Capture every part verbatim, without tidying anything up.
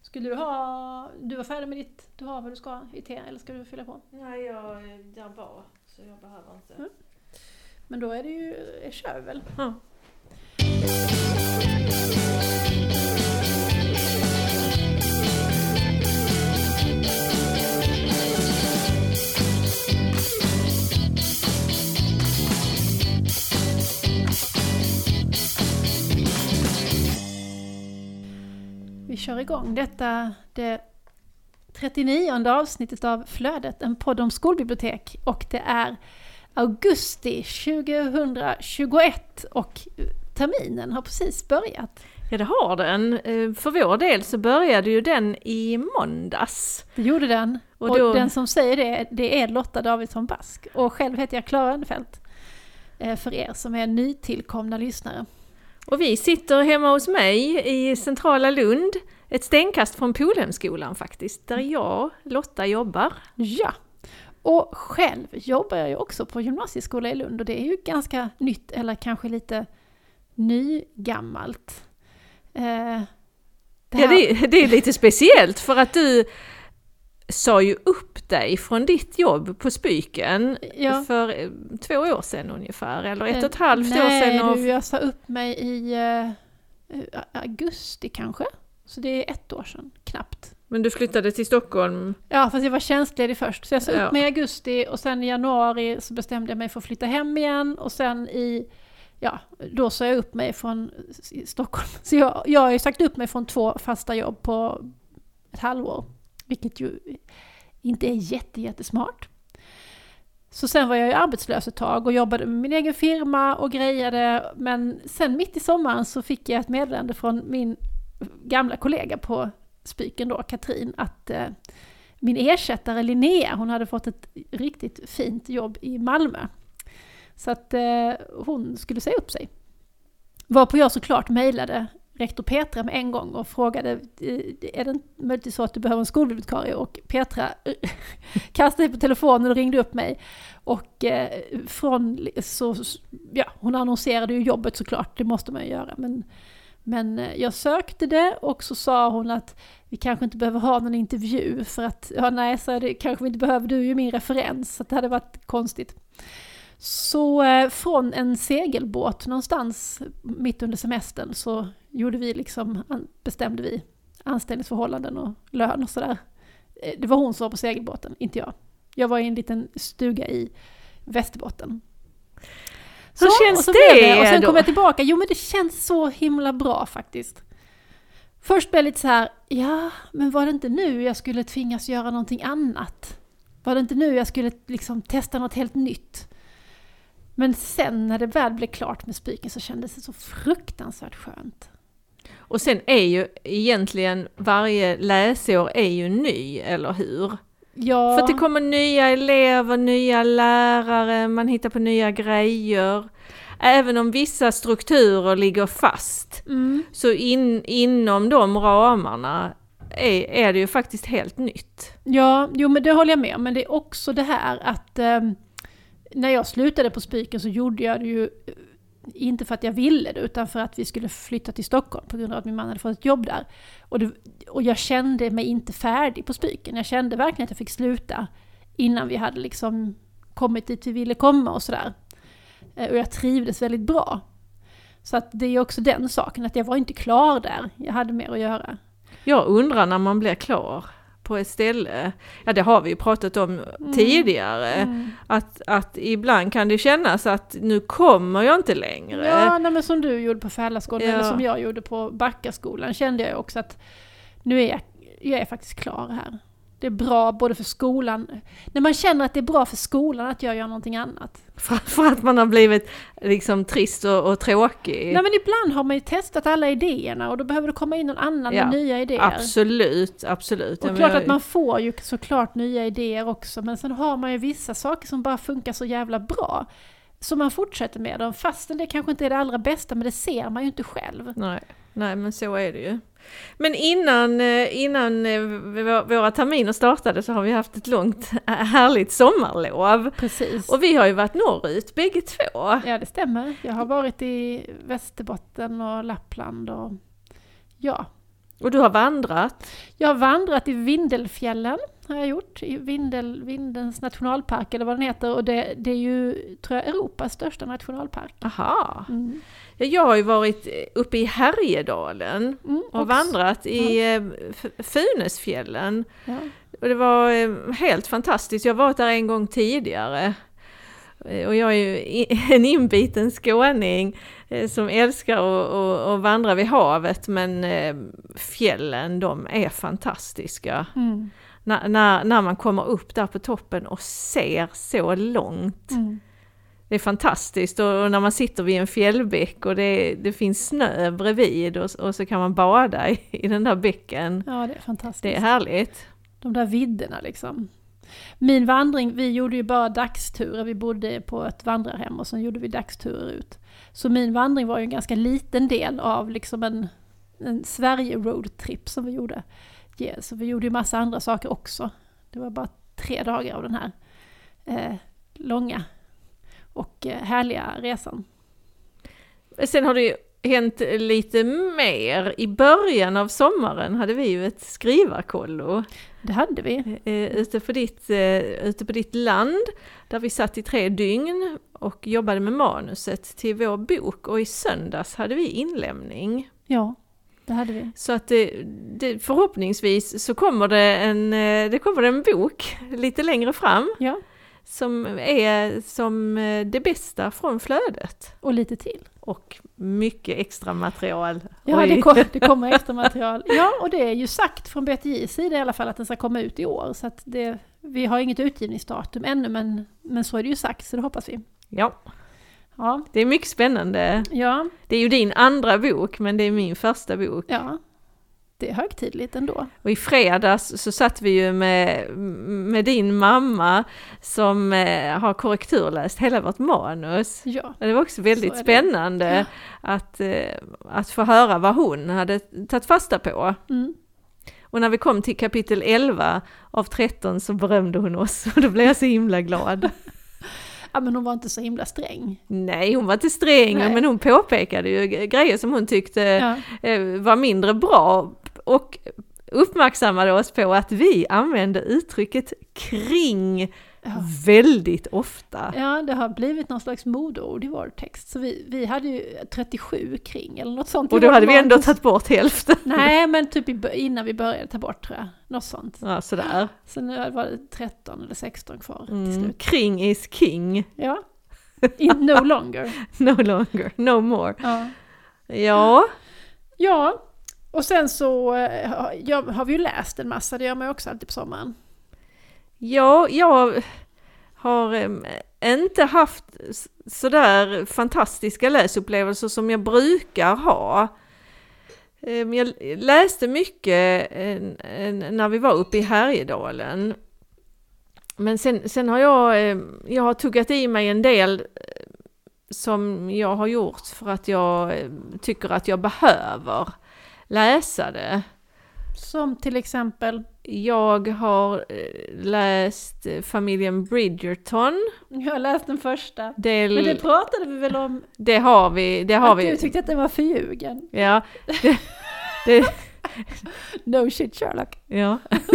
Skulle du ha, du var färdig med ditt, du har vad du ska i te, eller ska du fylla på? Nej, jag där var, så jag behöver inte. Mm. Men då är det ju, är kör väl? Ja. Vi kör igång detta, det trettionionde avsnittet av Flödet, en podd om skolbibliotek. Och det är augusti tjugohundratjugoett och terminen har precis börjat. Ja, det har den. För vår del så började ju den i måndags. Det gjorde den. Och, och då... den som säger det, det är Lotta Davidsson Bask. Och själv heter jag Klara Önefelt. För er som är nytillkomna lyssnare. Och vi sitter hemma hos mig i centrala Lund, ett stenkast från Polhemskolan faktiskt, där jag, Lotta, jobbar. Ja, och själv jobbar jag ju också på gymnasieskola i Lund och det är ju ganska nytt eller kanske lite nygammalt. Eh, det, här... ja, det, det är lite speciellt för att du sa ju upp dig från ditt jobb på Spyken ja. för två år sedan ungefär, eller ett och ett halvt Nej, år sedan. Nej, och... jag sa upp mig i uh, augusti kanske, så det är ett år sedan, knappt. Men du flyttade till Stockholm? Ja, fast jag var tjänstledig först, så jag sa ja. upp mig i augusti och sen i januari så bestämde jag mig för att flytta hem igen och sen i, ja, då sa jag upp mig från Stockholm. Så jag, jag har ju sagt upp mig från två fasta jobb på ett halvår. Vilket ju inte är jätte, jättesmart. Så sen var jag ju arbetslös ett tag och jobbade med min egen firma och grejade. Men sen mitt i sommaren så fick jag ett meddelande från min gamla kollega på Spyken då, Katrin, att eh, min ersättare Linnea, hon hade fått ett riktigt fint jobb i Malmö. Så att eh, hon skulle säga upp sig. Varpå jag såklart mejlade rektor Petra med en gång och frågade, är det möjligtvis så att du behöver en skolbibliotekarie? Och Petra kastade sig på telefonen och ringde upp mig. Och eh, från så, ja, hon annonserade ju jobbet såklart, det måste man ju göra. Men, men jag sökte det och så sa hon att vi kanske inte behöver ha någon intervju för att, ja nej, så det kanske vi inte behöver, du är ju min referens, så det hade varit konstigt. Så eh, från en segelbåt någonstans mitt under semestern så gjorde vi liksom, bestämde vi anställningsförhållanden och lön och sådär. Det var hon som var på segelbåten, inte jag. Jag var i en liten stuga i Västerbotten. Så, Hur känns och så det? det? Och sen då? kom jag tillbaka. Jo, men det känns så himla bra faktiskt. Först blev jag lite så här, ja, men var det inte nu jag skulle tvingas göra någonting annat? Var det inte nu jag skulle liksom testa något helt nytt? Men sen när det väl blev klart med Spyken så kändes det så fruktansvärt skönt. Och sen är ju egentligen varje läsår är ju ny, eller hur? Ja. För att det kommer nya elever, nya lärare, man hittar på nya grejer. Även om vissa strukturer ligger fast mm. så in, inom de ramarna är, är det ju faktiskt helt nytt. Ja, jo men det håller jag med. Men det är också det här att eh, när jag slutade på Spyken så gjorde jag det ju inte för att jag ville det utan för att vi skulle flytta till Stockholm på grund av att min man hade fått ett jobb där. Och, det, och jag kände mig inte färdig på Spyken. Jag kände verkligen att jag fick sluta innan vi hade liksom kommit dit vi ville komma och sådär. Och jag trivdes väldigt bra. Så att det är också den saken att jag var inte klar där. Jag hade mer att göra. Jag undrar när man blir klar på ett ställe, ja det har vi ju pratat om mm. tidigare, mm. Att, att ibland kan det kännas att nu kommer jag inte längre. Ja, nej, men som du gjorde på Fällaskolan ja. eller som jag gjorde på Backaskolan kände jag också att nu är jag, jag är faktiskt klar här. Det är bra både för skolan, när man känner att det är bra för skolan att jag gör någonting annat. För, för att man har blivit liksom trist och, och tråkig. Nej, men ibland har man ju testat alla idéerna och då behöver det komma in någon annan ja, med nya idéer. Absolut, absolut. Och klart att man får ju såklart nya idéer också, men sen har man ju vissa saker som bara funkar så jävla bra. Så man fortsätter med dem, fastän det kanske inte är det allra bästa, men det ser man ju inte själv. Nej, nej men så är det ju. Men innan, innan våra terminer startade så har vi haft ett långt härligt sommarlov. Precis. Och vi har ju varit norrut bägge två. Ja, det stämmer. Jag har varit i Västerbotten och Lappland och ja. Och du har vandrat? Jag har vandrat i Vindelfjällen, har jag gjort. I Vindel, Vindens nationalpark eller vad den heter. Och det, det är ju, tror jag, Europas största nationalpark. Aha. Mm. Jag har ju varit uppe i Härjedalen mm, och också vandrat i ja. Funäsfjällen. Ja. Och det var helt fantastiskt. Jag har varit där en gång tidigare. Och jag är ju en inbiten skåning som älskar att, att, att vandra vid havet, men fjällen, de är fantastiska. Mm. När, när, när man kommer upp där på toppen och ser så långt. Mm. Det är fantastiskt, och när man sitter vid en fjällbäck och det, det finns snö bredvid och, och så kan man bada i, i den där bäcken. Ja, det är fantastiskt. Det är härligt. De där vidderna liksom. Min vandring, vi gjorde ju bara dagsturer. Vi bodde på ett vandrarhem och så gjorde vi dagsturer ut. Så min vandring var ju en ganska liten del av liksom en, en Sverige-roadtrip som vi gjorde. Yeah, så vi gjorde ju massa andra saker också. Det var bara tre dagar av den här eh, långa och eh, härliga resan. Sen har det ju hänt lite mer. I början av sommaren hade vi ju ett skrivarkollo. Det hade vi. Eh, ute, på ditt, eh, ute på ditt land, där vi satt i tre dygn och jobbade med manuset till vår bok. Och i söndags hade vi inlämning. Ja, det hade vi. Så att det, det, förhoppningsvis så kommer det, en, det kommer en bok lite längre fram. Ja. Som är som det bästa från flödet. Och lite till. Och mycket extra material. Ja, det, kom, det kommer extra material. Ja, och det är ju sagt från B T J:s sida i alla fall att den ska komma ut i år. Så att det, vi har inget utgivningsdatum ännu, men, men så är det ju sagt, så det hoppas vi. Ja. Ja, det är mycket spännande. Ja. Det är ju din andra bok, men det är min första bok. Ja. Det är högtidligt ändå. Och i fredags så satt vi ju med, med din mamma som eh, har korrekturläst hela vårt manus. Ja. Och det var också väldigt spännande ja. att, eh, att få höra vad hon hade tagit fasta på. Mm. Och när vi kom till kapitel elva av tretton så berömde hon oss och då blev jag så himla glad. Ja, men hon var inte så himla sträng. Nej, hon var inte sträng, Nej. men hon påpekade ju grejer som hon tyckte ja. var mindre bra och uppmärksammade oss på att vi använde uttrycket kring ja. väldigt ofta. Ja, det har blivit någon slags modord i vår text. Så vi, vi hade ju trettiosju kring eller något sånt. Och då hade vi ändå tagit bort hälften. Nej, men typ innan vi började ta bort, tror jag. Något sånt. Ja, sådär. Så nu var det tretton eller sexton kvar mm. till slut. Kring is king. Ja. In, no longer. No longer. No more. Ja. Ja. Ja. Och sen så ja, har vi ju läst en massa. Det gör man ju också alltid på sommaren. Ja, jag har äm, inte haft sådär fantastiska läsupplevelser som jag brukar ha. Äm, jag läste mycket äm, äm, när vi var uppe i Härjedalen. Men sen, sen har jag, äm, jag har tuggat i mig en del som jag har gjort för att jag äm, tycker att jag behöver läsa det. Som till exempel? Jag har läst familjen Bridgerton. Jag har läst den första. Del... Men det pratade vi väl om? Det har vi. Det har att vi. Du tyckte att den var förljugen. Ja. Det, det... No shit Sherlock. Ja.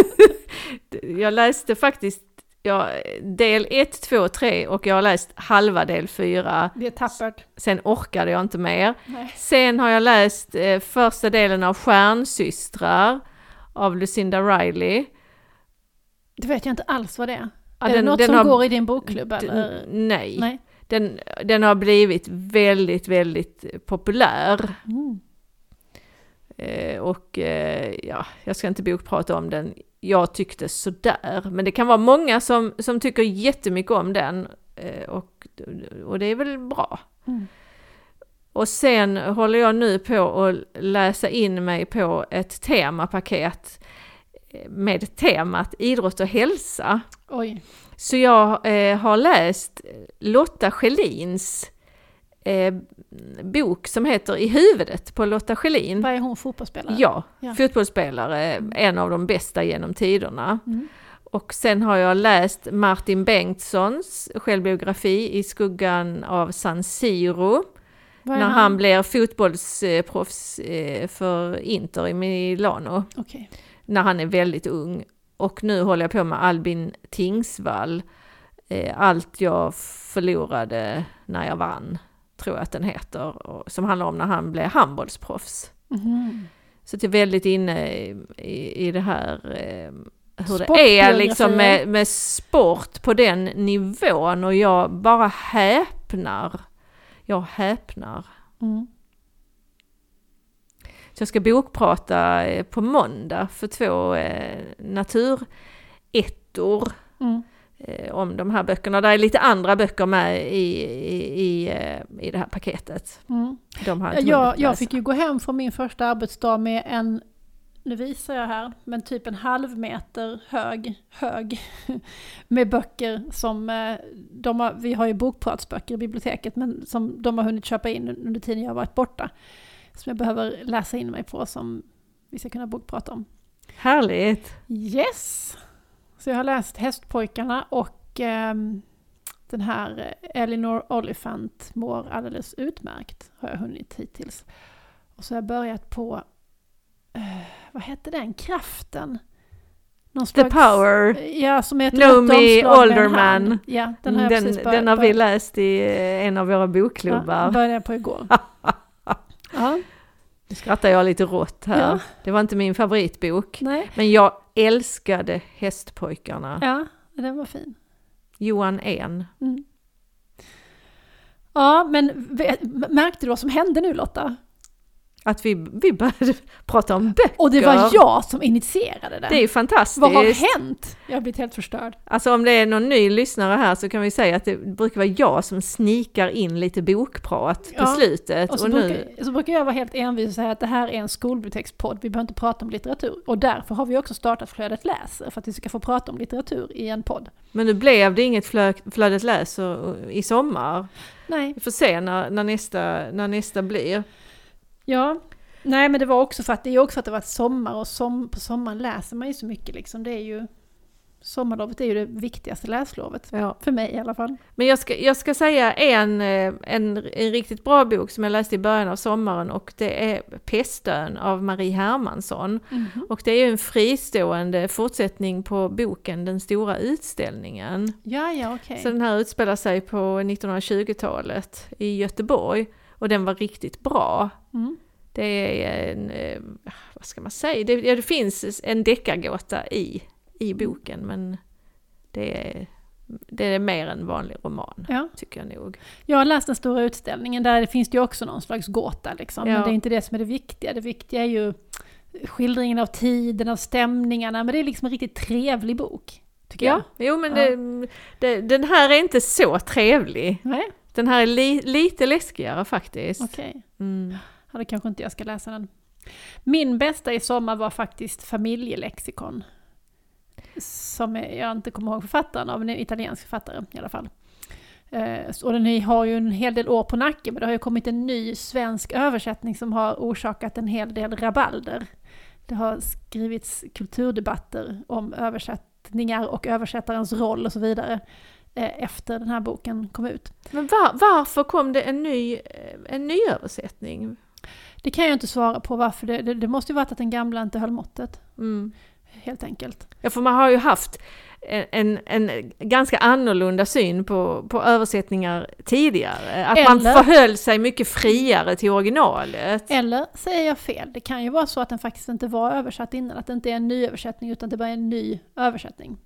Jag läste faktiskt ja, del ett, två, tre och jag har läst halva del fyra. Det är tappert. Sen orkade jag inte mer. Nej. Sen har jag läst eh, första delen av Stjärnsystrar av Lucinda Riley. Det vet jag inte alls vad det är. Ja, är den, det något den som har, går i din bokklubb? D- eller? Nej. nej. Den, den har blivit väldigt, väldigt populär. Mm. Eh, och eh, ja, jag ska inte bokprata om den. Jag tyckte sådär. Men det kan vara många som, som tycker jättemycket om den. Eh, och, och det är väl bra. Mm. Och sen håller jag nu på att läsa in mig på ett temapaket med temat idrott och hälsa. Oj. Så jag eh, har läst Lotta Schelins eh, bok som heter I huvudet på Lotta Schelin. Vad är hon, fotbollsspelare? Ja, ja. fotbollsspelare, mm. en av de bästa genom tiderna. Mm. Och sen har jag läst Martin Bengtssons självbiografi I skuggan av San Siro. när han? han blir fotbollsproffs för Inter i Milano. Okay. När han är väldigt ung. Och nu håller jag på med Albin Tingsvall. Allt jag förlorade när jag vann, tror jag att den heter. Som handlar om när han blev handbollsproffs. Mm. Så jag är väldigt inne i, i, i det här... hur det är liksom med, med sport på den nivån. Och jag bara häpnar. Jag häpnar. Mm. Så jag ska bokprata på måndag för två eh, naturettor mm. eh, om de här böckerna. Det är lite andra böcker med i, i, i, i det här paketet. Mm. De har jag, jag fick ju gå hem från min första arbetsdag med en, nu visar jag här, men typ en halv meter hög, hög med böcker som de har, vi har ju bokpratsböcker i biblioteket, men som de har hunnit köpa in under tiden jag har varit borta. Som jag behöver läsa in mig på, som vi ska kunna bokprata om. Härligt! Yes! Så jag har läst Hästpojkarna och eh, den här Elinor Oliphant mår alldeles utmärkt, har jag hunnit hittills. Och så har jag börjat på eh, vad heter den? Kraften? Någon slags, The Power. Ja, som är ett Noomi Alderman. Ja, den har jag den, precis börjat, den har vi läst i en av våra bokklubbar. Ja, började jag på igår. Ja. Nu skrattar jag lite rått här. Ja. Det var inte min favoritbok. Nej. Men jag älskade Hästpojkarna. Ja, den var fin. Johan En. Mm. Ja, men märkte du vad som hände nu, Lotta? Att vi, vi började prata om böcker. Och det var jag som initierade det. Det är ju fantastiskt. Vad har hänt? Jag har blivit helt förstörd. Alltså om det är någon ny lyssnare här så kan vi säga att det brukar vara jag som snikar in lite bokprat på ja. slutet. Och så, och brukar, nu... så brukar jag vara helt envis och säga att det här är en skolbibliotekspodd. Vi behöver inte prata om litteratur. Och därför har vi också startat Flödet läser. För att vi ska få prata om litteratur i en podd. Men nu blev det inget flö, Flödet läser i sommar. Nej. Vi får se när, när, nästa, när nästa blir. Ja, nej men det var också för att det är också att det var sommar och som, på sommaren läser man ju så mycket liksom. Det är ju, sommarlovet är ju det viktigaste läslovet. Ja. För mig i alla fall. Men jag ska, jag ska säga en, en, en riktigt bra bok som jag läste i början av sommaren och det är Pestön av Marie Hermansson. Mm-hmm. Och det är ju en fristående fortsättning på boken Den stora utställningen. Ja, ja, okej. Okay. Så den här utspelar sig på nittonhundratjugotalet i Göteborg. Och den var riktigt bra. Mm. Det är en, vad ska man säga, det, ja, det finns en deckargåta i, i boken, men det är, det är mer en vanlig roman, ja. tycker jag nog. Jag har läst Den stora utställningen, där det finns det ju också någon slags gåta, liksom. Ja. Men det är inte det som är det viktiga. Det viktiga är ju skildringen av tiden, av stämningarna, men det är liksom en riktigt trevlig bok, tycker ja. jag. Jo, men ja. det, det, den här är inte så trevlig. Nej. Den här är li, lite läskigare faktiskt. Okej. Okay. Mm. Ja, det kanske inte jag ska läsa den. Min bästa i sommar var faktiskt Familjelexikon. Som jag inte kommer ihåg författaren av, en italiensk författare i alla fall. Eh, och den har ju en hel del år på nacken, men det har ju kommit en ny svensk översättning som har orsakat en hel del rabalder. Det har skrivits kulturdebatter om översättningar och översättarens roll och så vidare efter den här boken kom ut. Men var, varför kom det en ny, en ny översättning? Det kan jag inte svara på varför. Det, det, det måste ju varit att den gamla inte höll måttet. Mm. Helt enkelt. Ja, för man har ju haft en, en ganska annorlunda syn på, på översättningar tidigare. Att eller, man förhöll sig mycket friare till originalet. Eller säger jag fel? Det kan ju vara så att den faktiskt inte var översatt innan. Att det inte är en ny översättning utan det bara är en ny översättning.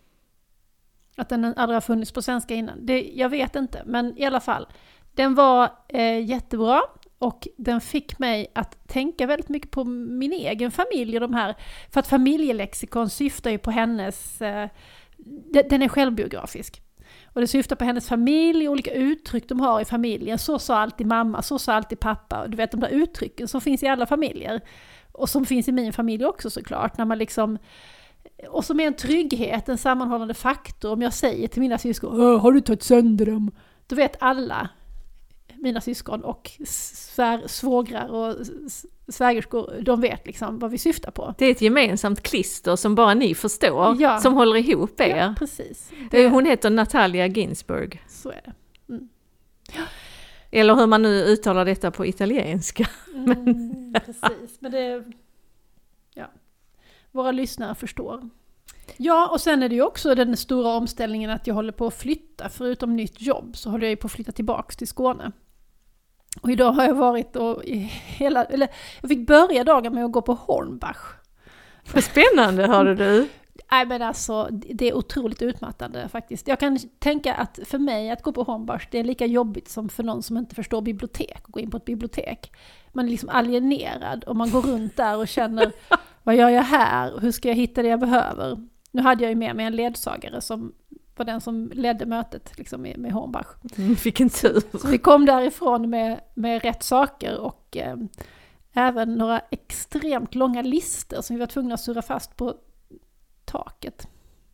Att den aldrig har funnits på svenska innan. Det, jag vet inte, men i alla fall. Den var eh, jättebra och den fick mig att tänka väldigt mycket på min egen familj och de här. För att familjelexikon syftar ju på hennes... Eh, den är självbiografisk. Och det syftar på hennes familj, olika uttryck de har i familjen. Så sa alltid mamma, så sa alltid pappa. Du vet de där uttrycken som finns i alla familjer. Och som finns i min familj också såklart. När man liksom... Och som är en trygghet, en sammanhållande faktor. Om jag säger till mina syskon, har du tagit sönder dem? Då vet alla mina syskon och svär, svågrar och svägerskor, de vet liksom vad vi syftar på. Det är ett gemensamt klister som bara ni förstår, ja. Som håller ihop er. Ja, precis. Det... Hon heter Natalia Ginsburg. Så är det. Mm. Eller hur man nu uttalar detta på italienska. Mm, precis, men det... Ja, våra lyssnare förstår. Ja, och sen är det ju också den stora omställningen att jag håller på att flytta. Förutom nytt jobb så håller jag ju på att flytta tillbaka till Skåne. Och idag har jag varit och i hela... Eller jag fick börja dagen med att gå på Hornbach. Vad spännande, hörde du? Nej, men alltså, det är otroligt utmattande faktiskt. Jag kan tänka att för mig att gå på Hornbach, det är lika jobbigt som för någon som inte förstår bibliotek och gå in på ett bibliotek. Man är liksom alienerad och man går runt där och känner, vad gör jag här? Hur ska jag hitta det jag behöver? Nu hade jag ju med mig en ledsagare som var den som ledde mötet liksom, med, med Hornbach. Mm, vilken tur! Så vi kom därifrån med, med rätt saker och eh, även några extremt långa listor som vi var tvungna att surra fast på taket.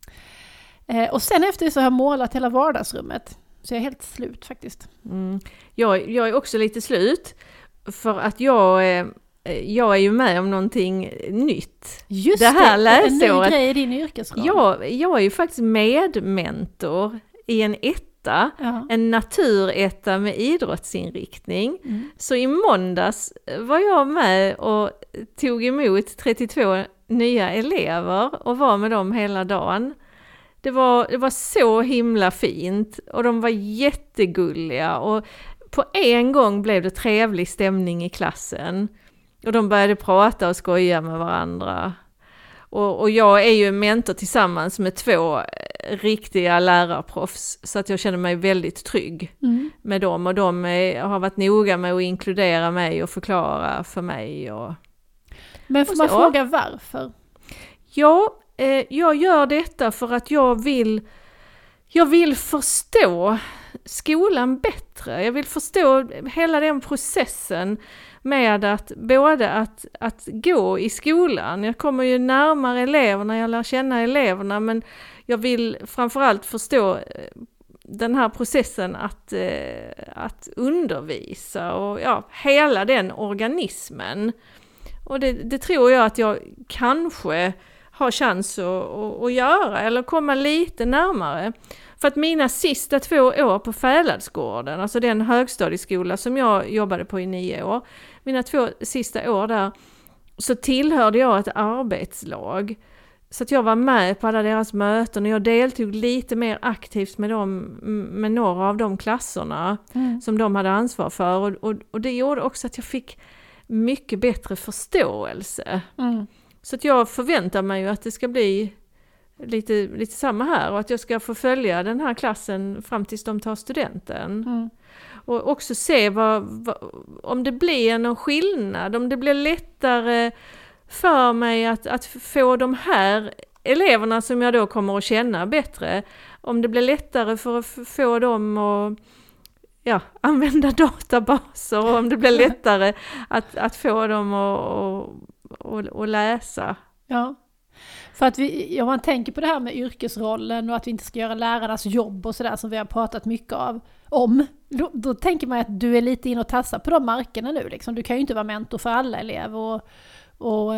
Eh, och sen efter så har jag målat hela vardagsrummet. Så jag är helt slut faktiskt. Mm. Jag, jag är också lite slut. För att jag, eh, jag är ju med om någonting nytt. Just det här det, läsåret. En ny grej i din yrkesroll. Jag, jag är ju faktiskt medmentor i en etta. Ja. En naturetta med idrottsinriktning. Mm. Så i måndags var jag med och tog emot trettiotvå nya elever och var med dem hela dagen. Det var, det var så himla fint och de var jättegulliga och på en gång blev det trevlig stämning i klassen. Och de började prata och skoja med varandra. Och, och jag är ju mentor tillsammans med två riktiga lärarproffs så att jag känner mig väldigt trygg mm. med dem. Och de är, har varit noga med att inkludera mig och förklara för mig. Och, Men får man fråga varför? Ja, eh, jag gör detta för att jag vill, jag vill förstå skolan bättre. Jag vill förstå hela den processen med att både att, att gå i skolan. Jag kommer ju närmare eleverna, jag lär känna eleverna, men jag vill framförallt förstå den här processen att, att undervisa och ja, hela den organismen. Och det, det tror jag att jag kanske har chans att, att, att göra eller komma lite närmare. För att mina sista två år på Fäladsgården, alltså den högstadieskola som jag jobbade på i nio år, mina två sista år där så tillhörde jag ett arbetslag. Så att jag var med på alla deras möten och jag deltog lite mer aktivt med, dem, med några av de klasserna mm. som de hade ansvar för. Och, och, och det gjorde också att jag fick mycket bättre förståelse. Mm. Så att jag förväntar mig ju att det ska bli lite, lite samma här och att jag ska få följa den här klassen fram tills de tar studenten. Mm. Och också se vad, vad, om det blir någon skillnad, om det blir lättare för mig att, att få de här eleverna som jag då kommer att känna bättre, om det blir lättare för att få dem att ja, använda databaser och om det blir lättare att, att få dem att, att, att läsa. Ja. För att vi, om man tänker på det här med yrkesrollen och att vi inte ska göra lärarnas jobb och sådär som vi har pratat mycket av, om, då, då tänker man att du är lite in och tassar på de markerna nu. Liksom. Du kan ju inte vara mentor för alla elever och, och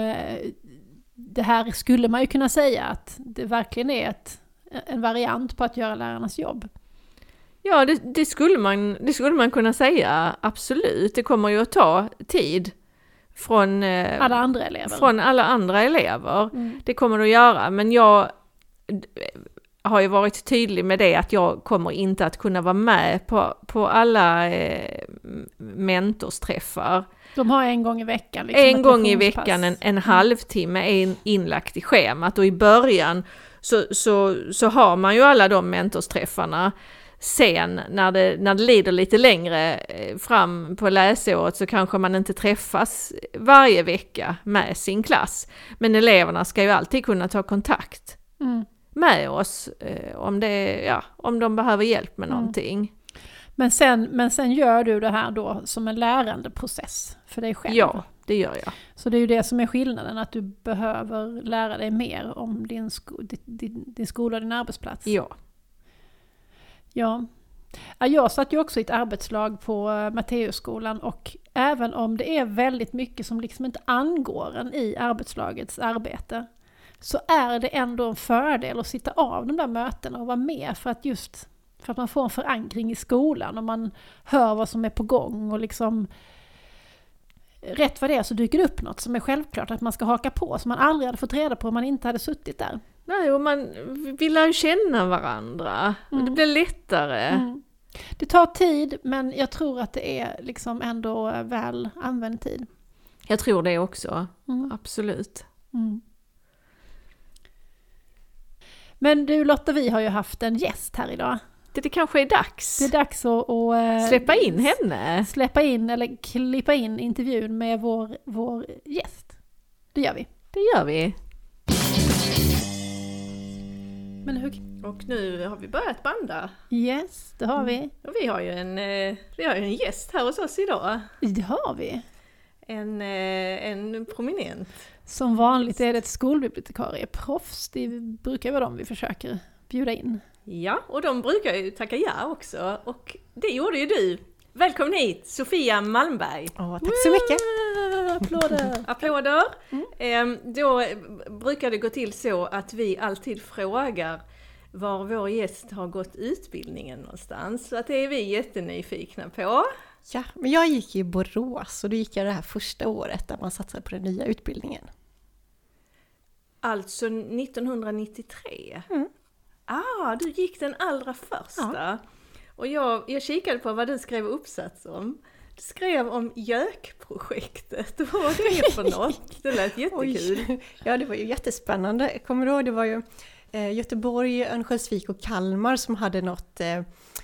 det här skulle man ju kunna säga att det verkligen är ett, en variant på att göra lärarnas jobb. Ja, det, det, skulle man, det skulle man kunna säga, absolut. Det kommer ju att ta tid. Från alla andra elever. Från alla andra elever. Mm. Det kommer det att göra. Men jag har ju varit tydlig med det att jag kommer inte att kunna vara med på, på alla eh, mentorsträffar. De har en gång i veckan. Liksom en gång i veckan, en, en halvtimme är inlagt i schemat. Och i början så, så, så har man ju alla de mentorsträffarna. Sen när det, när det lider lite längre fram på läsåret så kanske man inte träffas varje vecka med sin klass. Men eleverna ska ju alltid kunna ta kontakt mm. med oss eh, om, det, ja, om de behöver hjälp med mm. någonting. Men sen, men sen gör du det här då som en lärande process för dig själv? Ja, det gör jag. Så det är ju det som är skillnaden, att du behöver lära dig mer om din, sko- din, din skola och din arbetsplats? Ja. Ja, jag satt ju också i ett arbetslag på Matteusskolan och även om det är väldigt mycket som liksom inte angår en i arbetslagets arbete så är det ändå en fördel att sitta av de där mötena och vara med för att just För att man får en förankring i skolan och man hör vad som är på gång och liksom rätt vad det är så dyker det upp något som är självklart att man ska haka på som man aldrig hade fått reda på om man inte hade suttit där. Nej, och man vill ju känna varandra. Mm. Det blir lättare. Mm. Det tar tid, men jag tror att det är liksom ändå väl använd tid. Jag tror det också. Mm. Absolut. Mm. Men du Lotta, vi har ju haft en gäst här idag. Det, det kanske är dags. Det är dags att, att släppa in henne. Släppa in eller klippa in intervjun med vår, vår gäst. Det gör vi. Det gör vi. Men hur... Och nu har vi börjat banda. Yes, det har vi. Mm. Och vi har ju en, vi har ju en gäst här hos oss idag. Det har vi. En, en prominent. Som vanligt är det ett skolbibliotekarie. Proffs, det brukar vara de vi försöker bjuda in. Ja, och de brukar ju tacka ja också. Och det gjorde ju du. Välkommen hit, Sofia Malmberg. Åh, tack så mycket. Applåder. Applåder. Mm. Då brukar det gå till så att vi alltid frågar var vår gäst har gått utbildningen någonstans. Så att det är vi jättenyfikna på. Ja, men jag gick i Borås och då gick jag det här första året där man satsade på den nya utbildningen. Alltså nittonhundranittiotre? Mm. Ah, du gick den allra första. Ja. Och jag, jag kikade på vad du skrev uppsats om. Du skrev om gökprojektet. Vad var det för något? Det lät jättekul. Oj. Ja, det var ju jättespännande. Jag kommer ihåg, det var ju eh, Göteborg, Örnsköldsvik och Kalmar som hade något... Eh,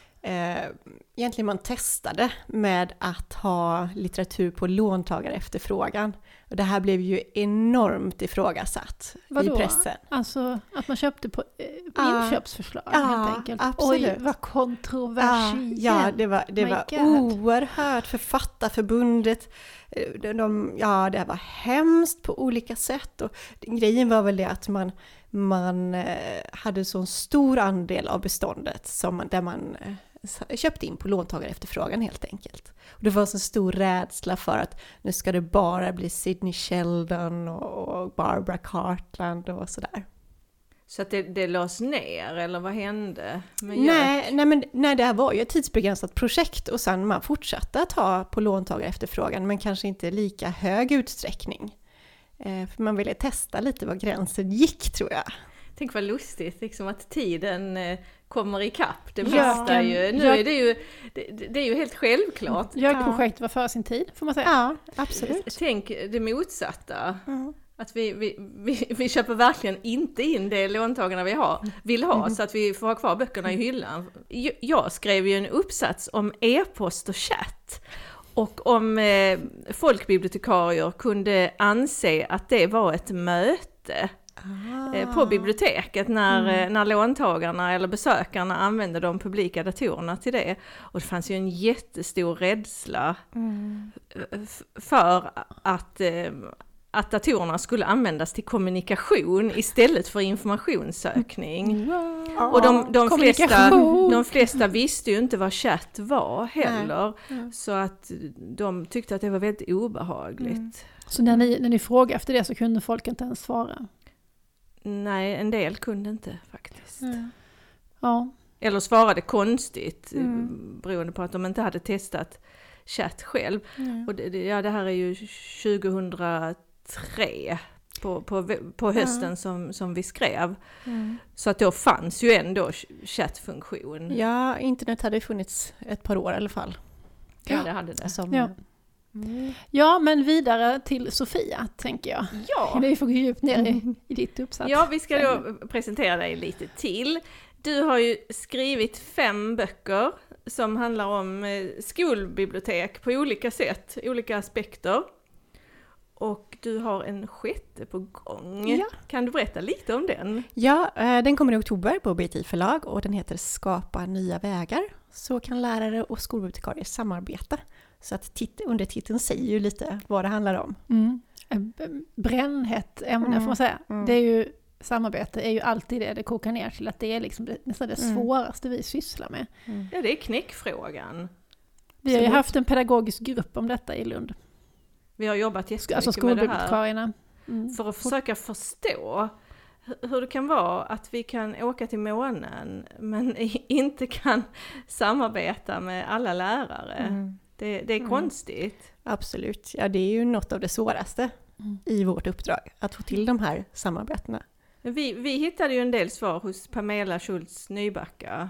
Eh, egentligen man testade med att ha litteratur på låntagareefterfrågan. Och det här blev ju enormt ifrågasatt. Vadå? I pressen. Alltså att man köpte på eh, uh, inköpsförslag uh, helt enkelt. Absolut. Oj, vad kontroversiellt. Uh, ja, det var, det var oerhört. Författarförbundet, de, de, ja, det var hemskt på olika sätt. Och grejen var väl det att man, man eh, hade så en stor andel av beståndet som man, där man eh, köpte in på låntagareefterfrågan helt enkelt. Och det var så stor rädsla för att nu ska det bara bli Sidney Sheldon och, och Barbara Cartland och sådär. Så att det, det lades ner, eller vad hände? Nej, nej, men nej, det här var ju ett tidsbegränsat projekt och sen man fortsatte att ha på låntagareefterfrågan men kanske inte lika hög utsträckning. Eh, för man ville testa lite vad gränsen gick, tror jag. Tänk vad lustigt, liksom att tiden eh, kommer ikapp det mesta ja, ju. Nu jag, är det ju, det, det är ju helt självklart. Gökprojektet var för sin tid, får man säga. Ja, absolut. Tänk det motsatta. Mm. Att vi, vi, vi, vi köper verkligen inte in det låntagarna vi har, vill ha, mm. så att vi får ha kvar böckerna i hyllan. Jag skrev ju en uppsats om e-post och chatt. Och om eh, folkbibliotekarier kunde anse att det var ett möte ah. eh, på biblioteket när, mm. eh, när låntagarna eller besökarna använde de publika datorerna till det. Och det fanns ju en jättestor rädsla mm. f- för att... Eh, att datorerna skulle användas till kommunikation istället för informationssökning. Wow. Och de, de, flesta, de flesta visste ju inte vad chatt var heller. Mm. Så att de tyckte att det var väldigt obehagligt. Mm. Så när ni, när ni frågade efter det så kunde folk inte ens svara? Nej, en del kunde inte faktiskt. Mm. Ja. Eller svarade konstigt mm. beroende på att de inte hade testat chatt själv. Mm. Och det, ja, det här är ju tjugohundratre på, på, på hösten mm. som, som vi skrev. Mm. Så att då fanns ju ändå chattfunktion. Ja, internet hade funnits ett par år i alla fall. Ja, det hade det. Som, ja. Mm. ja, men vidare till Sofia, tänker jag. Ja. Det får gå djupt ner i, i ditt uppsats. Ja, vi ska då presentera dig lite till. Du har ju skrivit fem böcker som handlar om skolbibliotek på olika sätt, olika aspekter. Och du har en sjätte på gång. Ja. Kan du berätta lite om den? Ja, den kommer i oktober på B T I-förlag och den heter Skapa nya vägar. Så kan lärare och skolbibliotekarier samarbeta. Så att tit- undertiteln säger ju lite vad det handlar om. Mm. Brännhett ämne mm. får man säga. Mm. Det är ju, samarbete är ju alltid det det kokar ner till, att det är liksom det, nästan det mm. svåraste vi sysslar med. Mm. Ja, det är knäckfrågan. Vi har ju haft en pedagogisk grupp om detta i Lund. Vi har jobbat jättemycket alltså med det här mm. för att försöka förstå hur det kan vara att vi kan åka till månen men inte kan samarbeta med alla lärare. Mm. Det, det är mm. konstigt. Absolut, ja det är ju något av det svåraste mm. i vårt uppdrag, att få till de här samarbetena. Vi, vi hittade ju en del svar hos Pamela Schultz Nybacka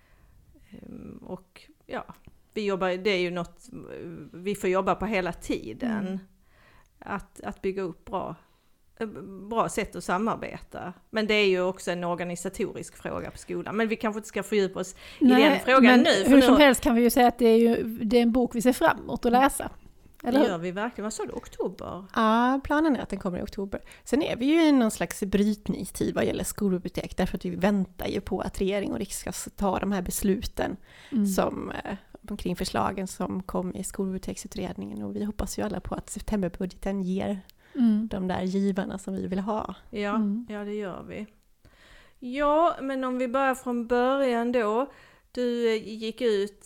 och ja, vi jobbar, det är ju något vi får jobba på hela tiden. Mm. Att, att bygga upp bra, bra sätt att samarbeta. Men det är ju också en organisatorisk fråga på skolan. Men vi kanske inte ska fördjupa oss Nej, i den frågan men nu. För hur nu... som helst kan vi ju säga att det är, ju, det är en bok vi ser fram emot att läsa. Eller det gör vi verkligen. Vad sa du? Oktober? Ja, planen är att den kommer i oktober. Sen är vi ju i någon slags brytningstid vad gäller skolbibliotek. Därför att vi väntar ju på att regering och riksdag ska ta de här besluten mm. som, eh, omkring förslagen som kom i skolbiblioteksutredningen. Och vi hoppas ju alla på att septemberbudgeten ger mm. de där givarna som vi vill ha. Ja, mm. ja, det gör vi. Ja, men om vi börjar från början då. Du gick ut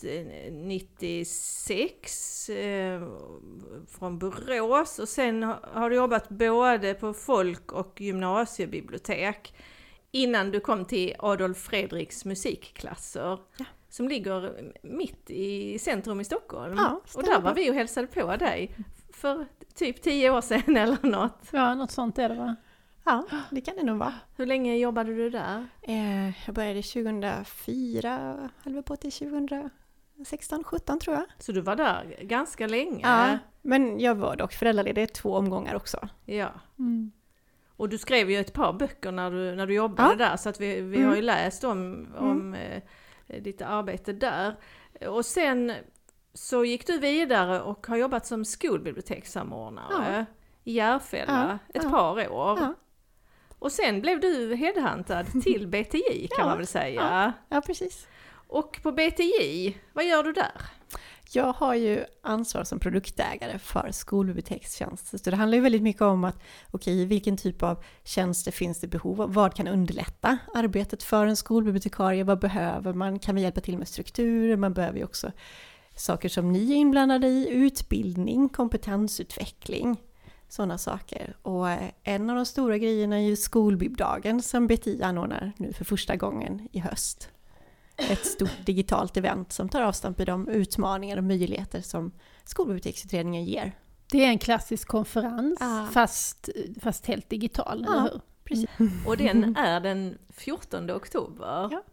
nittiosex eh, från Borås och sen har du jobbat både på folk- och gymnasiebibliotek innan du kom till Adolf Fredriks musikklasser ja. Som ligger mitt i centrum i Stockholm. Ja, och där var vi och hälsade på dig för typ tio år sedan eller något. Ja, något sånt är det va? Ja, det kan det nog vara. Hur länge jobbade du där? Eh, jag började tjugohundrafyra, höll på till tjugohundrasexton sjutton tror jag. Så du var där ganska länge? Ja, men jag var dock föräldraledig två omgångar också. Ja. Mm. Och du skrev ju ett par böcker när du, när du jobbade ja. där, så att vi, vi mm. har ju läst om, om mm. eh, ditt arbete där. Och sen så gick du vidare och har jobbat som skolbibliotekssamordnare ja. i Järfälla ja. ett ja. par år. Ja. Och sen blev du headhuntad till B T J kan ja, man väl säga. Ja, ja, precis. Och på B T J, vad gör du där? Jag har ju ansvar som produktägare för skolbibliotekstjänster. Så det handlar ju väldigt mycket om att okej, vilken typ av tjänster finns det behov av? Vad kan underlätta arbetet för en skolbibliotekarie? Vad behöver man? Kan vi hjälpa till med strukturer? Man behöver ju också saker som ni är inblandade i, utbildning, kompetensutveckling. Sådana saker. Och en av de stora grejerna är ju skolbibdagen som B T I anordnar nu för första gången i höst. Ett stort digitalt event som tar avstamp i de utmaningar och möjligheter som skolbiblioteksutredningen ger. Det är en klassisk konferens ah. fast, fast helt digital, ah, eller hur? Precis. Och den är den fjortonde oktober. Ja.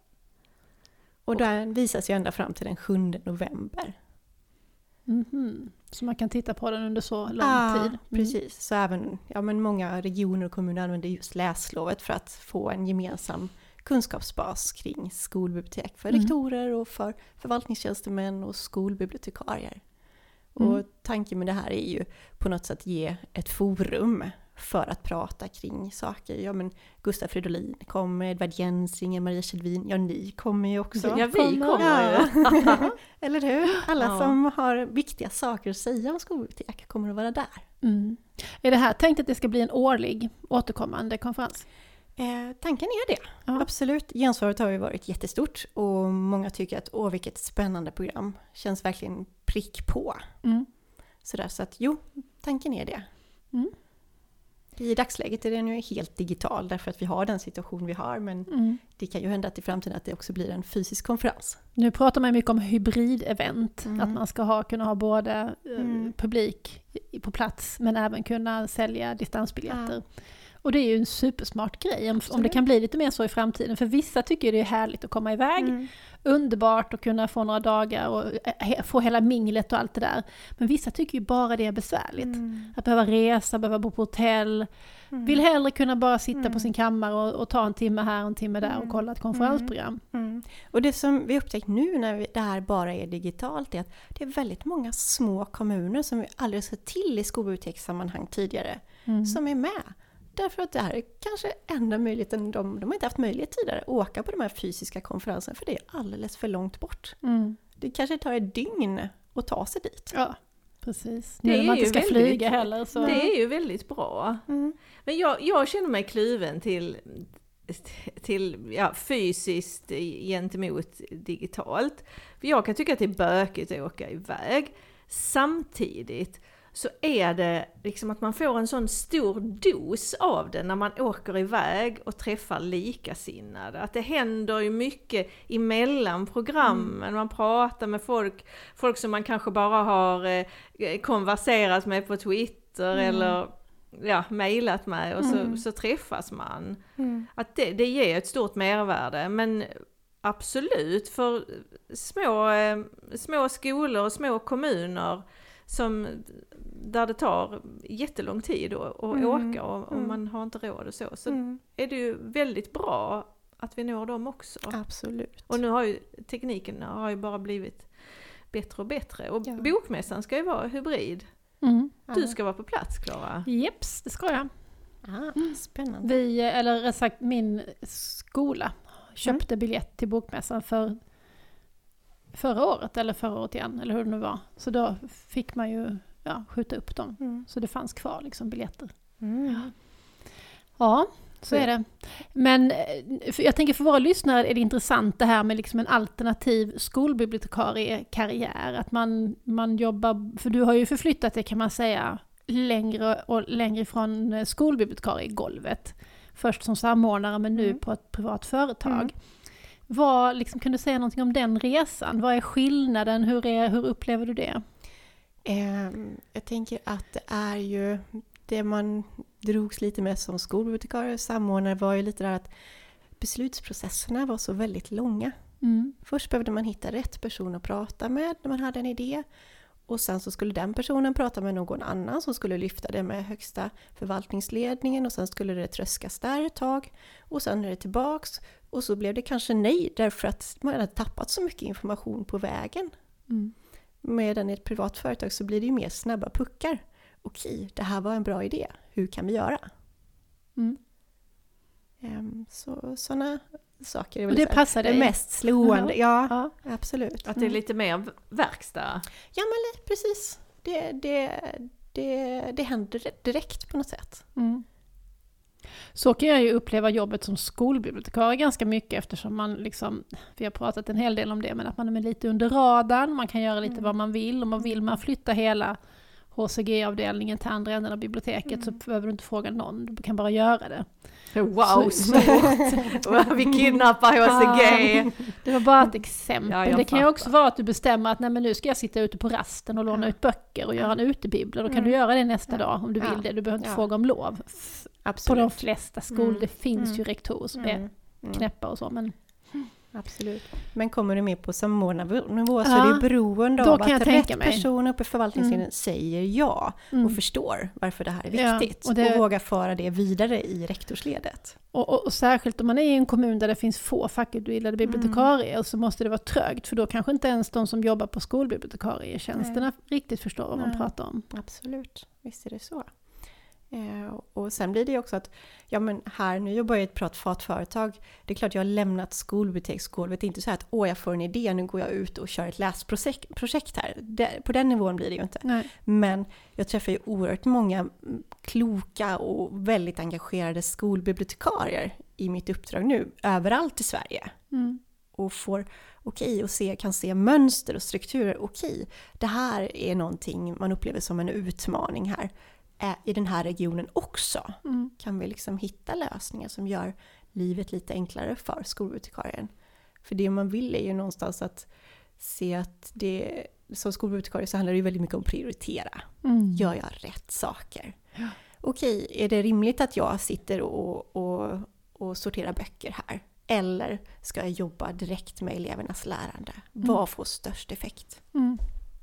Och den visas ju ända fram till den sjunde november. Mm-hmm. Så man kan titta på den under så lång ah, tid. Mm. Precis, så även ja, men många regioner och kommuner använder just läslovet för att få en gemensam kunskapsbas kring skolbibliotek för mm. rektorer och för förvaltningstjänstemän och skolbibliotekarier. Mm. Och tanken med det här är ju på något sätt ge ett forum för att prata kring saker. Ja, men Gustaf Fridolin kommer, Edvard Jensing, Maria Kjellvin, ja ni kommer ju också. Ja, vi kommer, kommer ju. Ja. Eller hur? Alla ja. som har viktiga saker att säga om skolbibliotek kommer att vara där. Mm. Är det här tänkt att det ska bli en årlig återkommande konferens? Eh, tanken är det, ja. Absolut. Gensvaret har ju varit jättestort och många tycker att åh vilket spännande program. Känns verkligen prick på. Mm. Sådär, så att jo, tanken är det. Mm. I dagsläget är den ju helt digital därför att vi har den situation vi har, men mm. det kan ju hända att i framtiden att det också blir en fysisk konferens. Nu pratar man mycket om hybrid-event, mm. att man ska ha, kunna ha både mm. eh, publik på plats men även kunna sälja distansbiljetter. Ja. Och det är ju en supersmart grej om, om det kan bli lite mer så i framtiden. För vissa tycker det är härligt att komma iväg. Mm. Underbart att kunna få några dagar och he, få hela minglet och allt det där. Men vissa tycker ju bara det är besvärligt. Mm. Att behöva resa, behöva bo på hotell. Mm. Vill hellre kunna bara sitta mm. på sin kammare och, och ta en timme här och en timme där och kolla ett konferensprogram. Mm. Mm. Och det som vi upptäckt nu när vi, det här bara är digitalt är att det är väldigt många små kommuner som vi aldrig sett till i skolbibliotekssammanhang tidigare mm. som är med. Därför att det här är kanske enda möjligheten, de, de har inte haft möjlighet tidigare att åka på de här fysiska konferenserna för det är alldeles för långt bort. Mm. Det kanske tar ett dygn att ta sig dit. Ja, precis. Det är man inte ska väldigt, flyga heller. Så. Det är ju väldigt bra. Mm. Men jag, jag känner mig kluven till, till ja, fysiskt gentemot digitalt. För jag kan tycka att det är bökigt att åka iväg. Samtidigt så är det liksom att man får en sån stor dos av det när man åker iväg och träffar likasinnade. Att det händer ju mycket emellan programmen, mm. man pratar med folk, folk som man kanske bara har eh, konverserat med på Twitter mm. eller ja, mejlat med och så, mm. så träffas man. Mm. Att det, det ger ett stort mervärde, men absolut för små, eh, små skolor och små kommuner som, där det tar jättelång tid att, att mm. åka och, och mm. man har inte råd och så. Så mm. är det ju väldigt bra att vi når dem också. Absolut. Och nu har ju tekniken har ju bara blivit bättre och bättre. Och ja. Bokmässan ska ju vara hybrid. Mm. Du ska vara på plats, Klara. Jeps, det ska jag. Ah, spännande. Vi, eller rätt sagt min skola köpte mm. biljett till bokmässan för förra året eller förra året igen, eller hur det nu var. Så då fick man ju ja, skjuta upp dem. Mm. Så det fanns kvar liksom biljetter. Mm. Ja. ja, så är det. Men för jag tänker för våra lyssnare är det intressant det här med liksom en alternativ skolbibliotekariekarriär. Att man, man jobbar, för du har ju förflyttat det kan man säga längre och längre från skolbibliotekariegolvet. Först som samordnare men nu mm. på ett privat företag. Mm. Vad, liksom, kan du säga någonting om den resan? Vad är skillnaden? Hur, är, hur upplever du det? Eh, jag tänker att det är ju det man drogs lite med som skolbibliotekarie och samordnare var ju lite där att beslutsprocesserna var så väldigt långa. Mm. Först behövde man hitta rätt person att prata med när man hade en idé. Och sen så skulle den personen prata med någon annan som skulle lyfta det med högsta förvaltningsledningen och sen skulle det tröskas där ett tag och sen är det tillbaks och så blev det kanske nej därför att man hade tappat så mycket information på vägen. Mm. Medan i ett privat företag så blir det ju mer snabba puckar. Okej, det här var en bra idé. Hur kan vi göra? Mm. Um, så sådana saker är väl det passar det mest slående. Ja, ja, absolut. Att det är lite mer verkstad. Ja, men precis. Det, det, det, det händer direkt på något sätt. Mm. Så kan jag ju uppleva jobbet som skolbibliotekarie ganska mycket eftersom man liksom, vi har pratat en hel del om det, men att man är lite under radarn, man kan göra lite mm. vad man vill och man vill man flytta hela H C G-avdelningen till andra änden av biblioteket mm. så behöver du inte fråga någon, du kan bara göra det. Wow, svårt! Vi kidnappar H C G! Det var bara ett exempel. Ja, det kan ju också vara att du bestämmer att nej, men nu ska jag sitta ute på rasten och låna ja. ut böcker och göra en utebibla. Då kan mm. du göra det nästa ja. dag om du vill ja. det. Du behöver inte ja. fråga om lov. Absolut. På de flesta skolor, mm. det finns mm. ju rektorer som mm. är knäppa och så, men... Absolut. Men kommer du med på samordnarnivå så ja, är det beroende av att rätt person uppe i förvaltningsledningen mm. säger ja och mm. förstår varför det här är viktigt ja, och, det, och vågar föra det vidare i rektorsledet. Och, och, och särskilt om man är i en kommun där det finns få fackutbildade bibliotekarier mm. så måste det vara trögt för då kanske inte ens de som jobbar på skolbibliotekarietjänsterna riktigt förstår vad Nej. man pratar om. Absolut, visst är det så. Eh, och sen blir det också att ja men här, nu jobbar jag i ett privat företag. Det är klart jag har lämnat skolbiblioteksgolvet. Det är inte så här att åh jag får en idé, nu går jag ut och kör ett läsprojekt här. Det, på den nivån blir det ju inte. Nej. Men jag träffar ju oerhört många kloka och väldigt engagerade skolbibliotekarier i mitt uppdrag nu, överallt i Sverige. Mm. Och får okej okay, och se, kan se mönster och strukturer. Okej, okay, det här är någonting man upplever som en utmaning här. I den här regionen också mm. kan vi liksom hitta lösningar som gör livet lite enklare för skolbibliotekarien. För det man vill är ju någonstans att se att det, som skolbibliotekarie så handlar det ju väldigt mycket om att prioritera. Mm. Gör jag rätt saker? Ja. Okej, är det rimligt att jag sitter och, och, och sorterar böcker här? Eller ska jag jobba direkt med elevernas lärande? Mm. Vad får störst effekt? Mm.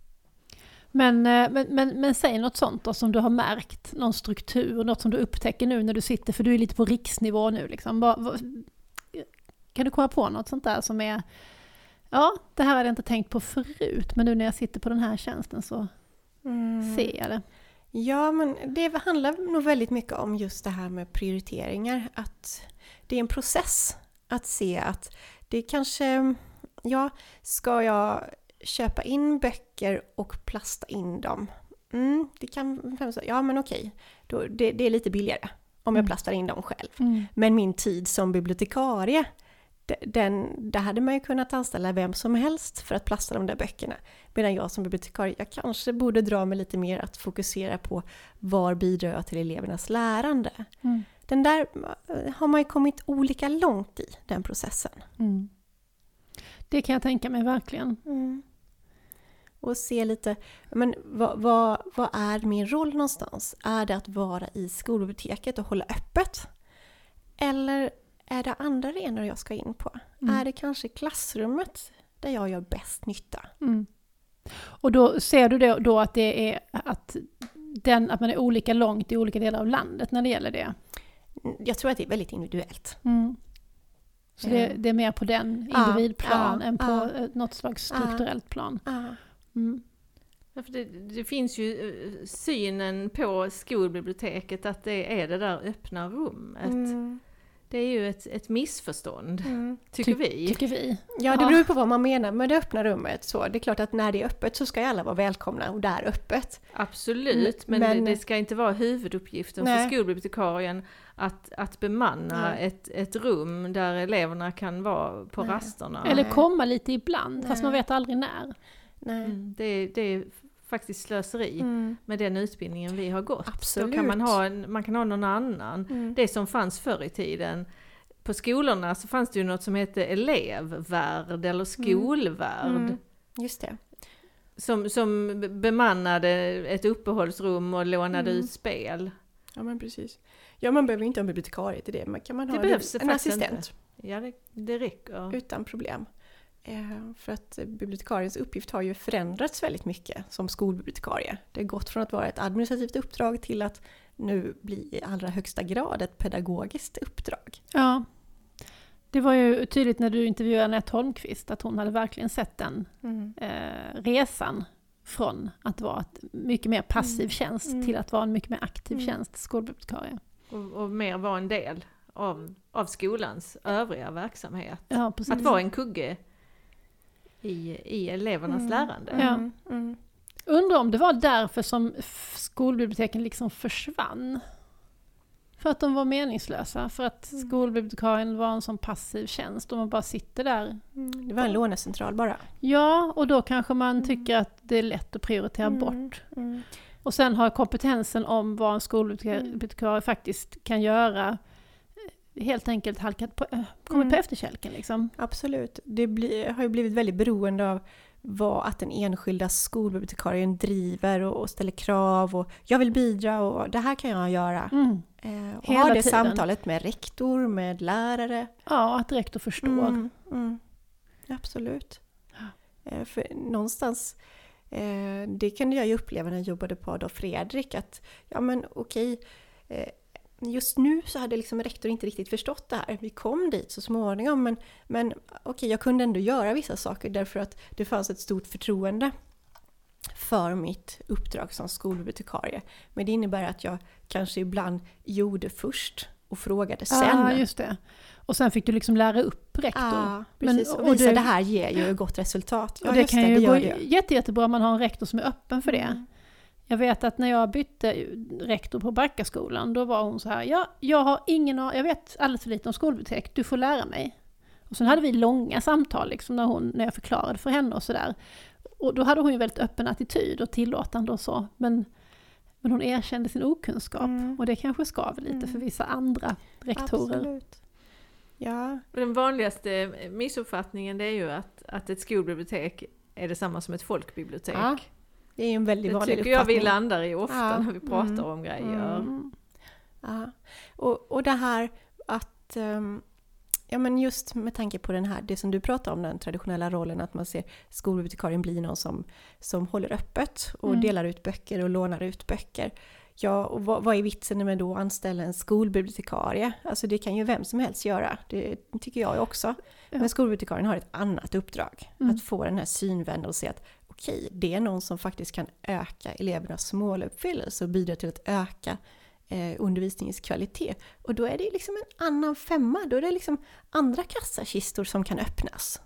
Men, men, men, men säg något sånt då, som du har märkt, någon struktur, något som du upptäcker nu när du sitter, för du är lite på riksnivå nu liksom. Vad, vad, kan du komma på något sånt där som är, ja, det här hade jag inte tänkt på förut, men nu när jag sitter på den här tjänsten så mm. ser jag det. Ja, men det handlar nog väldigt mycket om just det här med prioriteringar, att det är en process att se att det kanske, ja, ska jag köpa in böcker och plasta in dem. Mm, det kan, ja men okej, då, det, det är lite billigare om jag plastar in dem själv. Mm. Men min tid som bibliotekarie, den, där hade man ju kunnat anställa vem som helst för att plasta de där böckerna. Medan jag som bibliotekarie, jag kanske borde dra mig lite mer att fokusera på var bidrar jag till elevernas lärande. Mm. Den där har man ju kommit olika långt i, den processen. Mm. Det kan jag tänka mig verkligen. Mm. Och se lite, men vad, vad, vad är min roll någonstans? Är det att vara i skolbiblioteket och hålla öppet? Eller är det andra arenor jag ska in på? Mm. Är det kanske klassrummet där jag gör bäst nytta? Mm. Och då ser du då, då att det är att, den, att man är olika långt i olika delar av landet när det gäller det? Jag tror att det är väldigt individuellt. Mm. Så mm. det, det är mer på den individplan ja, än på ja, något slags strukturellt ja, plan. Ja. Mm. Ja, för det, det finns ju synen på skolbiblioteket att det är det där öppna rummet. Mm. Det är ju ett, ett missförstånd, mm. tycker Ty, vi. Tycker vi. Ja, det beror ju på vad man menar med det öppna rummet. Så det är klart att när det är öppet så ska alla vara välkomna och där öppet. Absolut, men, men det, det ska inte vara huvuduppgiften nej. för skolbibliotekarien att, att bemanna ett, ett rum där eleverna kan vara på nej. rasterna. Eller komma lite ibland, nej. fast man vet aldrig när. Nej. Mm, det, det är faktiskt slöseri mm. med den utbildningen vi har gått. Absolut. Då kan man ha, en, man kan ha någon annan. Mm. Det som fanns förr i tiden. På skolorna så fanns det ju något som hette elevvärld eller skolvärld. Mm. Just det. Som, som bemannade ett uppehållsrum och lånade mm. ut spel. Ja, men precis. Ja, man behöver inte ha en bibliotekarie till det. Men kan man ha det behövs en assistent? Inte. Ja, det, det räcker. Utan problem. Eh, för att bibliotekariens uppgift har ju förändrats väldigt mycket som skolbibliotekarie. Det har gått från att vara ett administrativt uppdrag till att nu bli i allra högsta grad ett pedagogiskt uppdrag. Ja, det var ju tydligt när du intervjuade Anette Holmqvist att hon hade verkligen sett den mm. eh, resan från att vara ett mycket mer passiv mm. tjänst mm. till att vara en mycket mer aktiv mm. tjänst, skolbibliotekarie. Och, och mer vara en del av, av skolans övriga verksamhet. Ja, precis. Att vara en kugge i, i elevernas mm. lärande. Ja. Mm. Mm. Undrar om det var därför som skolbiblioteken liksom försvann. För att de var meningslösa. För att mm. skolbibliotekarien var en sån passiv tjänst och man bara sitter där. Mm. Det var en lånecentral bara. Ja, och då kanske man mm. tycker att det är lätt att prioritera mm. bort. Mm. Och sen har kompetensen om vad en skolbibliotekarie mm. faktiskt kan göra helt enkelt halkat på, äh, kommit mm. på efterkälken liksom. Absolut. Det bli, har ju blivit väldigt beroende av vad att den enskilda skolbibliotekarien driver och, och ställer krav och jag vill bidra och det här kan jag göra. Mm. Eh, och ha det tiden. Samtalet med rektor, med lärare. Ja, att rektor förstår. Mm. Mm. Absolut. Eh, för någonstans eh, det kunde jag ju uppleva när jag jobbade på Adolf Fredrik att ja men okej eh, just nu så hade liksom rektor inte riktigt förstått det här. Vi kom dit så småningom men, men okej, jag kunde ändå göra vissa saker därför att det fanns ett stort förtroende för mitt uppdrag som skolbibliotekarie. Men det innebär att jag kanske ibland gjorde först och frågade sen. Ja, just det. Och sen fick du liksom lära upp rektor. Ja, precis. Men, och, och visa det, det här ger ju gott resultat. Ja, och det kan ju det, gå det. jätte, jättebra om man har en rektor som är öppen för det. Mm. Jag vet att när jag bytte rektor på Backaskolan, då var hon så här, ja, jag har ingen, jag vet alldeles för lite om skolbibliotek, du får lära mig. Och sen hade vi långa samtal liksom, när, hon, när jag förklarade för henne och sådär. Och då hade hon ju väldigt öppen attityd och tillåtande och så. Men, men hon erkände sin okunskap mm. och det kanske skaver lite mm. för vissa andra rektorer. Absolut. Ja. Den vanligaste missuppfattningen det är ju att, att ett skolbibliotek är detsamma som ett folkbibliotek. Ja. Det är en väldigt vanlig uppfattning. Det tycker jag vi landar i ofta ja. när vi pratar mm. om grejer. Mm. Ja. Och, och det här att, um, ja men just med tanke på den här, det som du pratar om, den traditionella rollen att man ser skolbibliotekarien bli någon som, som håller öppet och mm. delar ut böcker och lånar ut böcker. Ja, och vad, vad är vitsen med då att anställa en skolbibliotekarie? Alltså det kan ju vem som helst göra, det tycker jag också. Ja. Men skolbibliotekarien har ett annat uppdrag, mm. att få den här synvända och se att okej, det är någon som faktiskt kan öka elevernas måluppfyllelse och bidra till att öka eh, undervisningens kvalitet. Och då är det liksom en annan femma, då är det liksom andra kassakistor som kan öppnas.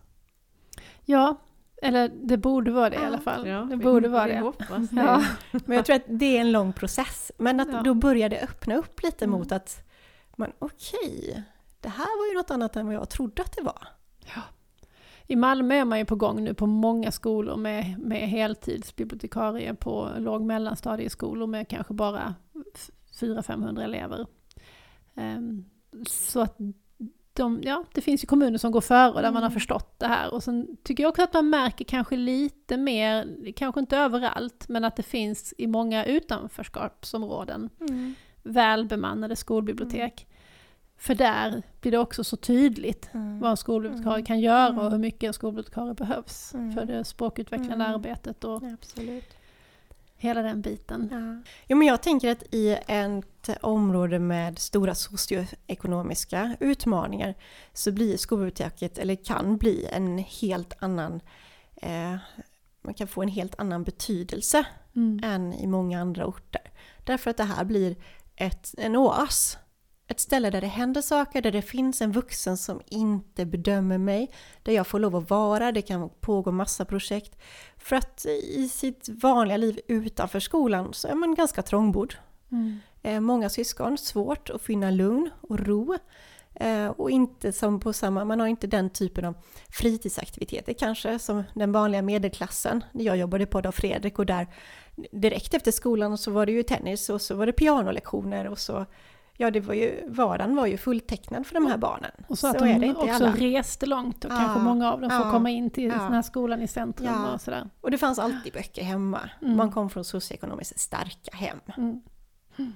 Ja, eller det borde vara det ja. i alla fall. Ja, det borde vara det. Hoppas det. Ja. Men jag tror att det är en lång process. Men att ja. då börjar det öppna upp lite mm. mot att man okej, det här var ju något annat än vad jag trodde att det var. Ja. I Malmö är man ju på gång nu på många skolor med, med heltidsbibliotekarie på låg- mellanstadieskolor med kanske bara fyra till femhundra elever. Um, så att de, ja, det finns ju kommuner som går före där mm. man har förstått det här. Och sen tycker jag också att man märker kanske lite mer, kanske inte överallt, men att det finns i många utanförskapsområden mm. välbemannade skolbibliotek. Mm. För där blir det också så tydligt mm. vad en skolbibliotekarie mm. kan göra mm. och hur mycket en skolbibliotekarie behövs mm. för det språkutvecklande mm. arbetet och ja, absolut. Hela den biten. Ja. Jo, men jag tänker att i ett område med stora socioekonomiska utmaningar så blir skolbiblioteket, eller kan bli en helt annan, eh, man kan få en helt annan betydelse mm. än i många andra orter. Därför att det här blir ett, en oas. Ett ställe där det händer saker, där det finns en vuxen som inte bedömer mig, där jag får lov att vara, det kan pågå massa projekt. För att i sitt vanliga liv utanför skolan så är man ganska trångbodd. Mm. Eh, många syskon, svårt att finna lugn och ro. Eh, och inte som på samma, man har inte den typen av fritidsaktiviteter kanske som den vanliga medelklassen. Jag jobbade på Dag Fredrik och där direkt efter skolan så var det ju tennis och så var det pianolektioner och så. Ja, det var ju, vardagen var ju fulltecknad för de här barnen. Och så att så de är det inte också alla. Reste långt och ja, kanske många av dem får ja, komma in till ja. den här skolan i centrum ja. och sådär. Och det fanns alltid böcker hemma. Mm. Man kom från socioekonomiskt starka hem. Mm. Mm.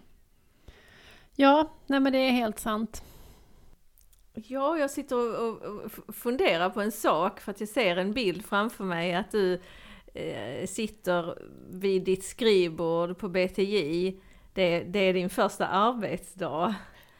Ja, nej men det är helt sant. Ja, jag sitter och, och funderar på en sak för att jag ser en bild framför mig att du eh, sitter vid ditt skrivbord på B T J. Det, det är din första arbetsdag.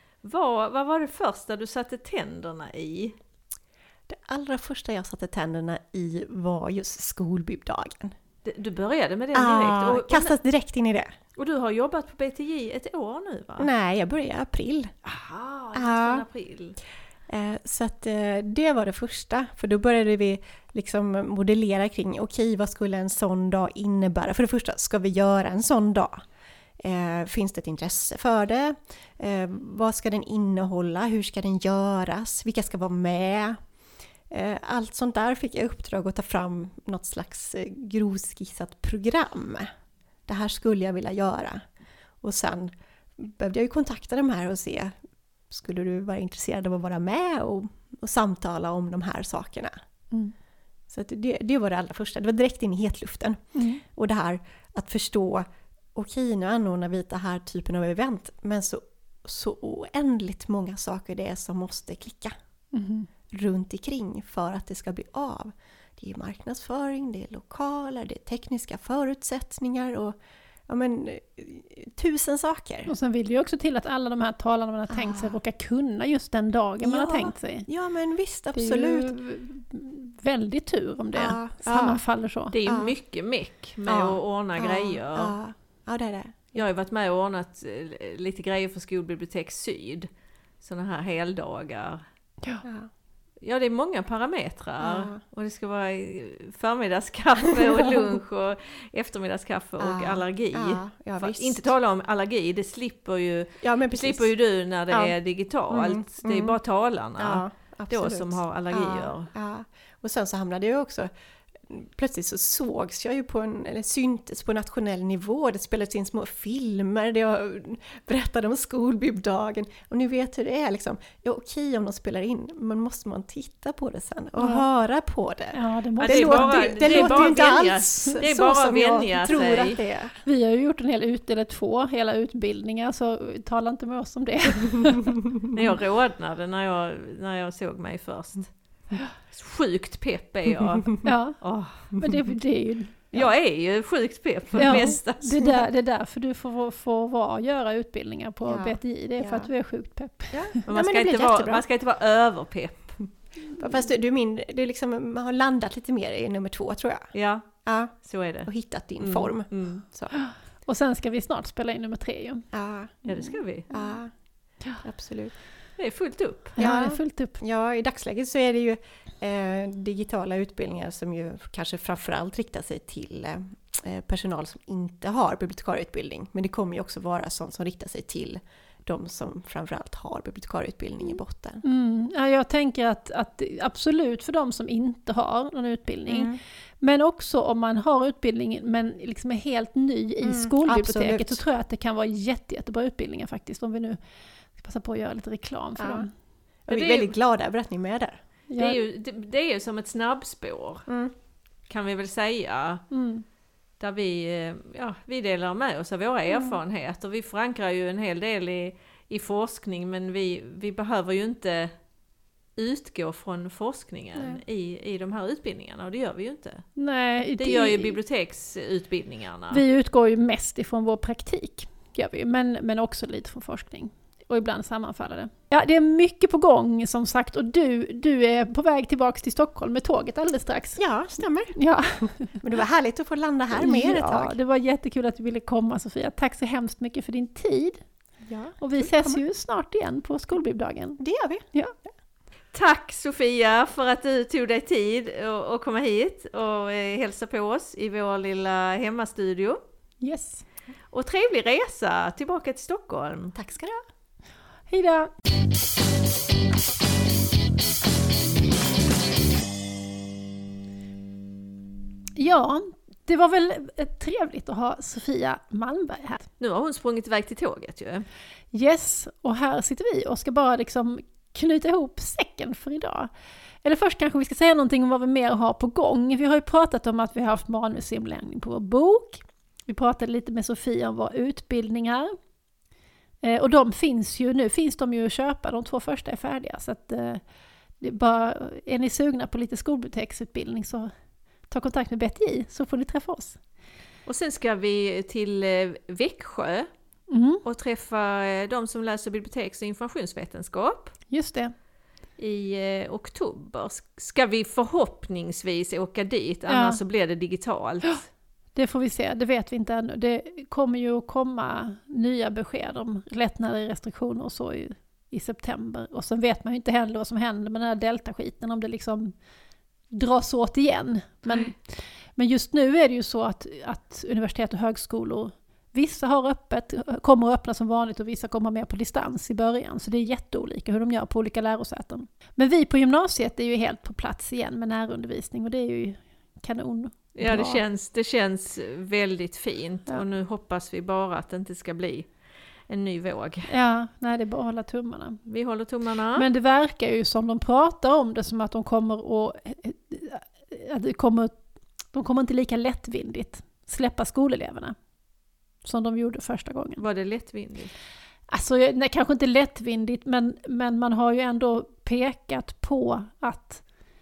Vad, vad var det första du satte tänderna i? Det allra första jag satte tänderna i var just skolbibdagen. Du började med det direkt? Ah, och, och, kastas direkt in i det. Och du har jobbat på B T J ett år nu, va? Nej, jag började i april. Aha, ah, april. Eh, så att, eh, det var det första. För då började vi liksom modellera kring, okej, okay, vad skulle en sån dag innebära? För det första, ska vi göra en sån dag? Eh, finns det ett intresse för det? Eh, vad ska den innehålla? Hur ska den göras? Vilka ska vara med? Eh, allt sånt där fick jag uppdrag att ta fram något slags eh, grovskissat program. Det här skulle jag vilja göra. Och sen behövde jag ju kontakta de här och se, skulle du vara intresserad av att vara med och, och samtala om de här sakerna? Mm. Så att det, det var det allra första. Det var direkt in i hetluften. Mm. Och det här att förstå, okej, nu anordnar vi den här typen av event, men så, så oändligt många saker det är som måste klicka mm. runt omkring för att det ska bli av. Det är marknadsföring, det är lokaler, det är tekniska förutsättningar och ja, men, tusen saker. Och sen vill det ju också till att alla de här talarna man har tänkt ah. sig råkar kunna just den dagen ja, man har tänkt sig. Ja, men visst, absolut. Det är ju väldigt tur om det ah. sammanfaller så. Det är ju ah. mycket meck med ah. att ordna ah. grejer. Ah. Ja, det är det. Jag har ju varit med och ordnat lite grejer för Skolbibliotek Syd. Sådana här heldagar. Ja. Ja, det är många parametrar. Ja. Och det ska vara förmiddagskaffe och lunch och eftermiddagskaffe och ja. allergi. Ja, ja, för inte tala om allergi, det slipper ju, ja, men slipper ju du när det ja. är digitalt. Mm, det är mm. bara talarna ja, då som har allergier. Ja, ja. Och sen så hamnade jag också, plötsligt så sågs jag ju på en, eller syntes på nationell nivå. Det spelades in små filmer där jag berättade om skolbibdagen. Och nu vet hur det är liksom. Ja, okej om de spelar in, men måste man titta på det sen och ja. höra på det. Ja, det, det, det låter, bara, det, det låter ju inte vänja, alls det är så bara som vänja jag tror sig. att det är. Vi har ju gjort en hel ut, eller två hela utbildningar, så tala inte med oss om det. När jag rodnade när jag, när jag såg mig först. Sjukt pepp är jag. Ja, oh. men det, det är ju... Ja. Jag är ju sjukt pepp för ja, det mesta. Det är, där, det är därför du får, får vara, göra utbildningar på ja. B T J. Det är för ja. att du är sjukt pepp. Ja. Men man, ja, ska men inte vara, man ska inte vara överpepp. Fast du, du, min, du liksom, man har landat lite mer i nummer två, tror jag. Ja, ja. så är det. Och hittat din mm. form. Mm. Så. Och sen ska vi snart spela in nummer tre ju. Ja, ja det ska vi. Ja, ja. Absolut. Det är fullt upp. Ja, det är fullt upp. Ja, i dagsläget så är det ju eh, digitala utbildningar som ju kanske framförallt riktar sig till eh, personal som inte har bibliotekarieutbildning. Men det kommer ju också vara sånt som riktar sig till de som framförallt har bibliotekarieutbildning i botten. Mm. Ja, jag tänker att, att absolut för de som inte har någon utbildning, mm. men också om man har utbildning men liksom är helt ny i mm, skolbiblioteket, absolut. Så tror jag att det kan vara jätte, jättebra utbildningar faktiskt, om vi nu ska passa på att göra lite reklam för ja. dem. Och vi är väldigt glada över att ni är med där. Det är ju, det, det är ju som ett snabbspår, mm. kan vi väl säga. Mm. Där vi, ja, vi delar med oss av våra mm. erfarenheter. Vi förankrar ju en hel del i, i forskning, men vi, vi behöver ju inte utgå från forskningen i, i de här utbildningarna, och det gör vi ju inte. Nej, det, det gör ju biblioteksutbildningarna. Vi utgår ju mest ifrån vår praktik, gör vi, men, men också lite från forskning. Och ibland sammanfaller det. Ja, det är mycket på gång som sagt, och du, du är på väg tillbaka till Stockholm med tåget alldeles strax. Ja, stämmer. Ja. Men det var härligt att få landa här med er ett tag. Ja, det var jättekul att du ville komma, Sofia. Tack så hemskt mycket för din tid. Ja, och vi ses komma. ju snart igen på skolbibliodagen. Det gör vi. Ja. Tack Sofia för att du tog dig tid att komma hit och hälsa på oss i vår lilla hemmastudio. Yes. Och trevlig resa tillbaka till Stockholm. Tack ska du ha. Hej då! Ja, det var väl trevligt att ha Sofia Malmberg här. Nu har hon sprungit iväg till tåget ju. Yes, och här sitter vi och ska bara liksom knyta ihop säcken för idag. Eller först kanske vi ska säga någonting om vad vi mer har på gång. Vi har ju pratat om att vi har haft manusinlämning på vår bok. Vi pratade lite med Sofia om våra utbildningar. Eh, och de finns ju, nu finns de ju att köpa, de två första är färdiga. Så att, eh, det är, bara, är ni sugna på lite skolbiblioteksutbildning så ta kontakt med Betty så får ni träffa oss. Och sen ska vi till eh, Växjö mm. och träffa eh, de som läser biblioteks- och informationsvetenskap. Just det. I eh, oktober ska vi förhoppningsvis åka dit, annars ja. så blir det digitalt. Det får vi se, det vet vi inte ännu. Det kommer ju att komma nya besked om lättnader i restriktioner och så i, i september. Och sen vet man ju inte heller vad som händer med den här delta-skiten, om det liksom dras åt igen. Men, men just nu är det ju så att, att universitet och högskolor, vissa har öppet, kommer att öppna som vanligt och vissa kommer med på distans i början. Så det är jätteolika hur de gör på olika lärosäten. Men vi på gymnasiet är ju helt på plats igen med närundervisning och det är ju kanon. Ja, det känns, det känns väldigt fint ja. och nu hoppas vi bara att det inte ska bli en ny våg. Ja, nej det är bara att hålla tummarna. Vi håller tummarna. Men det verkar ju som de pratar om det som att de kommer att, att det kommer, de kommer inte lika lättvindigt släppa skoleleverna som de gjorde första gången. Var det lättvindigt? Alltså, nej, kanske inte lättvindigt, men, men man har ju ändå pekat på att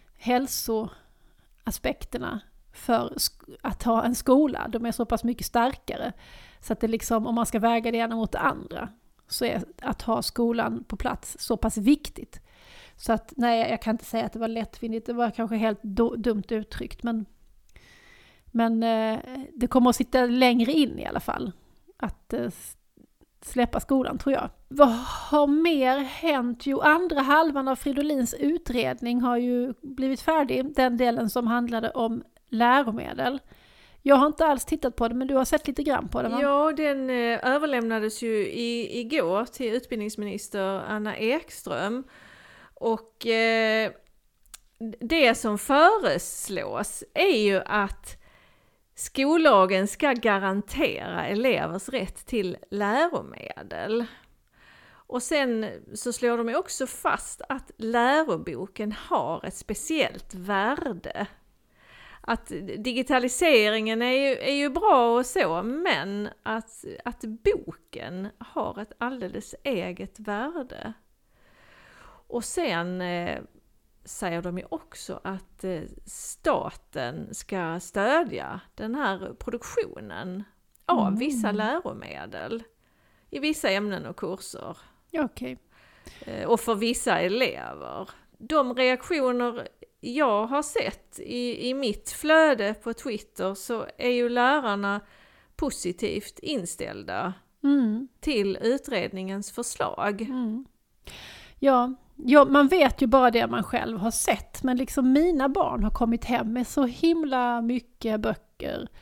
hälsoaspekterna för att ha en skola, de är så pass mycket starkare så att det liksom, om man ska väga det ena mot det andra, så är att ha skolan på plats så pass viktigt. Så att nej, jag kan inte säga att det var lättvindigt, det var kanske helt do- dumt uttryckt, men men eh, det kommer att sitta längre in i alla fall att eh, släppa skolan, tror jag. Vad har mer hänt? Jo, andra halvan av Fridolins utredning har ju blivit färdig, den delen som handlade om läromedel. Jag har inte alls tittat på det, men du har sett lite grann på det, va? Ja, den eh, överlämnades ju i, igår till utbildningsminister Anna Ekström. Och eh, det som föreslås är ju att skollagen ska garantera elevers rätt till läromedel. Och sen så slår de också fast att läroboken har ett speciellt värde. Att digitaliseringen är ju, är ju bra och så, men att, att boken har ett alldeles eget värde. Och sen eh, säger de ju också att eh, staten ska stödja den här produktionen av mm. vissa läromedel i vissa ämnen och kurser. Okej. Eh, och för vissa elever. De reaktioner jag har sett i, i mitt flöde på Twitter, så är ju lärarna positivt inställda mm. till utredningens förslag. Mm. Ja, ja, man vet ju bara det man själv har sett, men liksom mina barn har kommit hem med så himla mycket böcker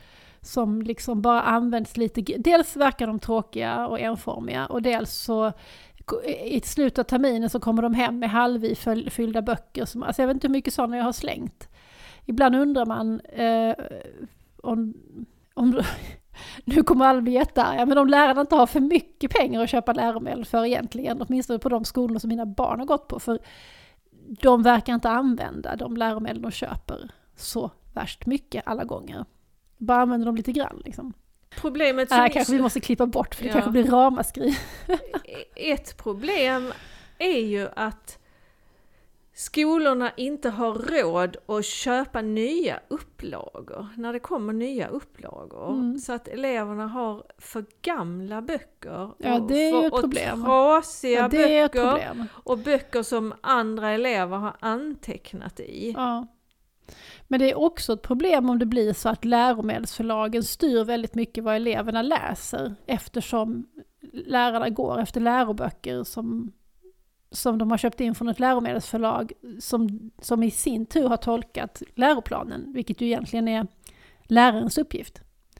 som liksom bara används lite. Dels verkar de tråkiga och enformiga och dels så i slutet av terminen så kommer de hem med halvifyllda böcker. Som, alltså jag vet inte hur mycket sådana jag har slängt. Ibland undrar man eh, om, om nu kommer alla bli jättearga, men om lärarna inte har för mycket pengar att köpa läromedel för egentligen, åtminstone på de skolorna som mina barn har gått på, för de verkar inte använda de läromedel de köper så värst mycket alla gånger. Bara använder dem lite grann liksom. Problemet som äh, kanske vi måste klippa bort för det ja. kanske blir ramaskri. Ett problem är ju att skolorna inte har råd att köpa nya upplagor när det kommer nya upplagor. Mm. Så att eleverna har för gamla böcker ja, det är och, ju ett och problem. trasiga ja, det är ett böcker problem. Och böcker som andra elever har antecknat i. Ja. Men det är också ett problem om det blir så att läromedelsförlagen styr väldigt mycket vad eleverna läser, eftersom lärarna går efter läroböcker som, som de har köpt in från ett läromedelsförlag som, som i sin tur har tolkat läroplanen, vilket ju egentligen är lärarens uppgift.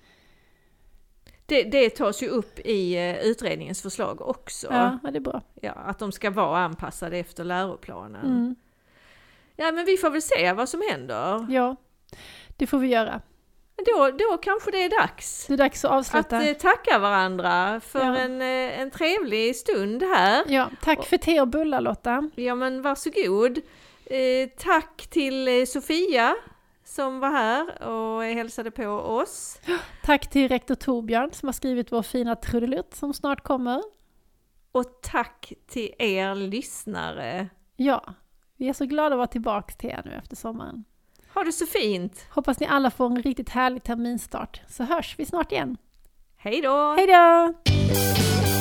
Det, det tas ju upp i utredningens förslag också. Ja, det är bra. Ja, att de ska vara anpassade efter läroplanen. Mm. Ja, men vi får väl se vad som händer. Ja, det får vi göra. Då, då kanske det är dags. Det är dags att avsluta. Att eh, tacka varandra för ja. en, eh, en trevlig stund här. Ja, tack för te och bullar, Lotta. Ja, men varsågod. Eh, tack till eh, Sofia som var här och hälsade på oss. Tack till rektor Torbjörn som har skrivit vår fina trudelutt som snart kommer. Och tack till er lyssnare. Ja, vi är så glada att vara tillbaka till er nu efter sommaren. Ha det så fint. Hoppas ni alla får en riktigt härlig terminstart. Så hörs vi snart igen. Hej då! Hej då!